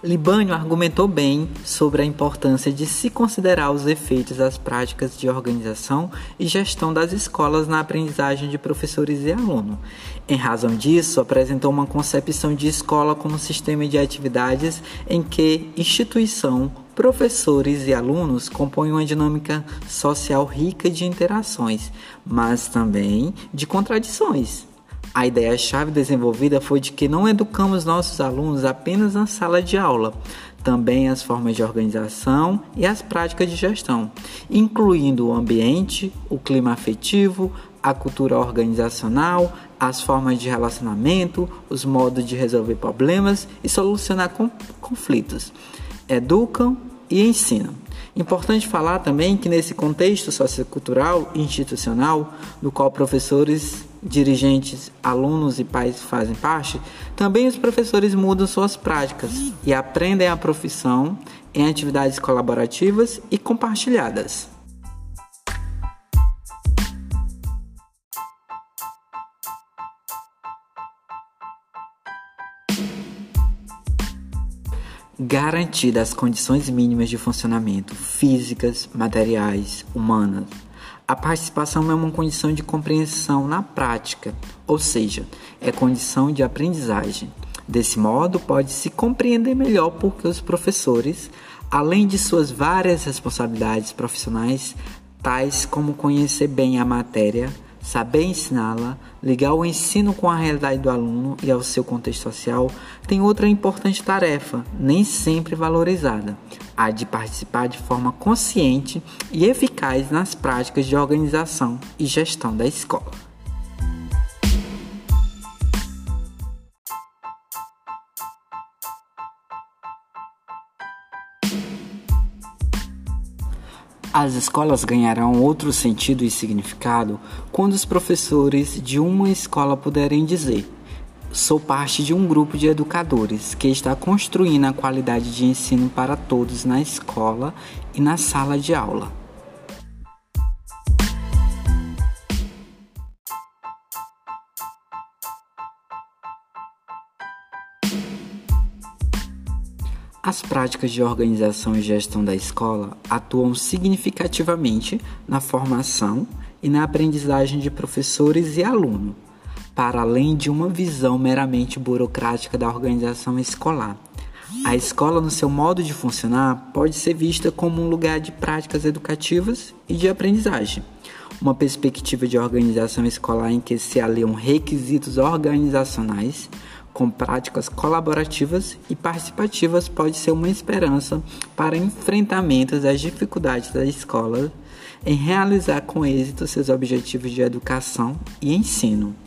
Libânio argumentou bem sobre a importância de se considerar os efeitos das práticas de organização e gestão das escolas na aprendizagem de professores e alunos. Em razão disso, apresentou uma concepção de escola como sistema de atividades em que instituição, professores e alunos compõem uma dinâmica social rica de interações, mas também de contradições. A ideia-chave desenvolvida foi de que não educamos nossos alunos apenas na sala de aula, também as formas de organização e as práticas de gestão, incluindo o ambiente, o clima afetivo, a cultura organizacional, as formas de relacionamento, os modos de resolver problemas e solucionar conflitos. Educam e ensinam. Importante falar também que nesse contexto sociocultural e institucional, do qual professores, dirigentes, alunos e pais fazem parte, também os professores mudam suas práticas e aprendem a profissão em atividades colaborativas e compartilhadas. Garantidas as condições mínimas de funcionamento, físicas, materiais, humanas. A participação é uma condição de compreensão na prática, ou seja, é condição de aprendizagem. Desse modo, pode-se compreender melhor porque os professores, além de suas várias responsabilidades profissionais, tais como conhecer bem a matéria, saber ensiná-la, ligar o ensino com a realidade do aluno e ao seu contexto social, tem outra importante tarefa, nem sempre valorizada, a de participar de forma consciente e eficaz nas práticas de organização e gestão da escola. As escolas ganharão outro sentido e significado quando os professores de uma escola puderem dizer: sou parte de um grupo de educadores que está construindo a qualidade de ensino para todos na escola e na sala de aula. As práticas de organização e gestão da escola atuam significativamente na formação e na aprendizagem de professores e alunos, para além de uma visão meramente burocrática da organização escolar. A escola, no seu modo de funcionar, pode ser vista como um lugar de práticas educativas e de aprendizagem. Uma perspectiva de organização escolar em que se aliam requisitos organizacionais com práticas colaborativas e participativas pode ser uma esperança para enfrentamento das dificuldades da escola em realizar com êxito seus objetivos de educação e ensino.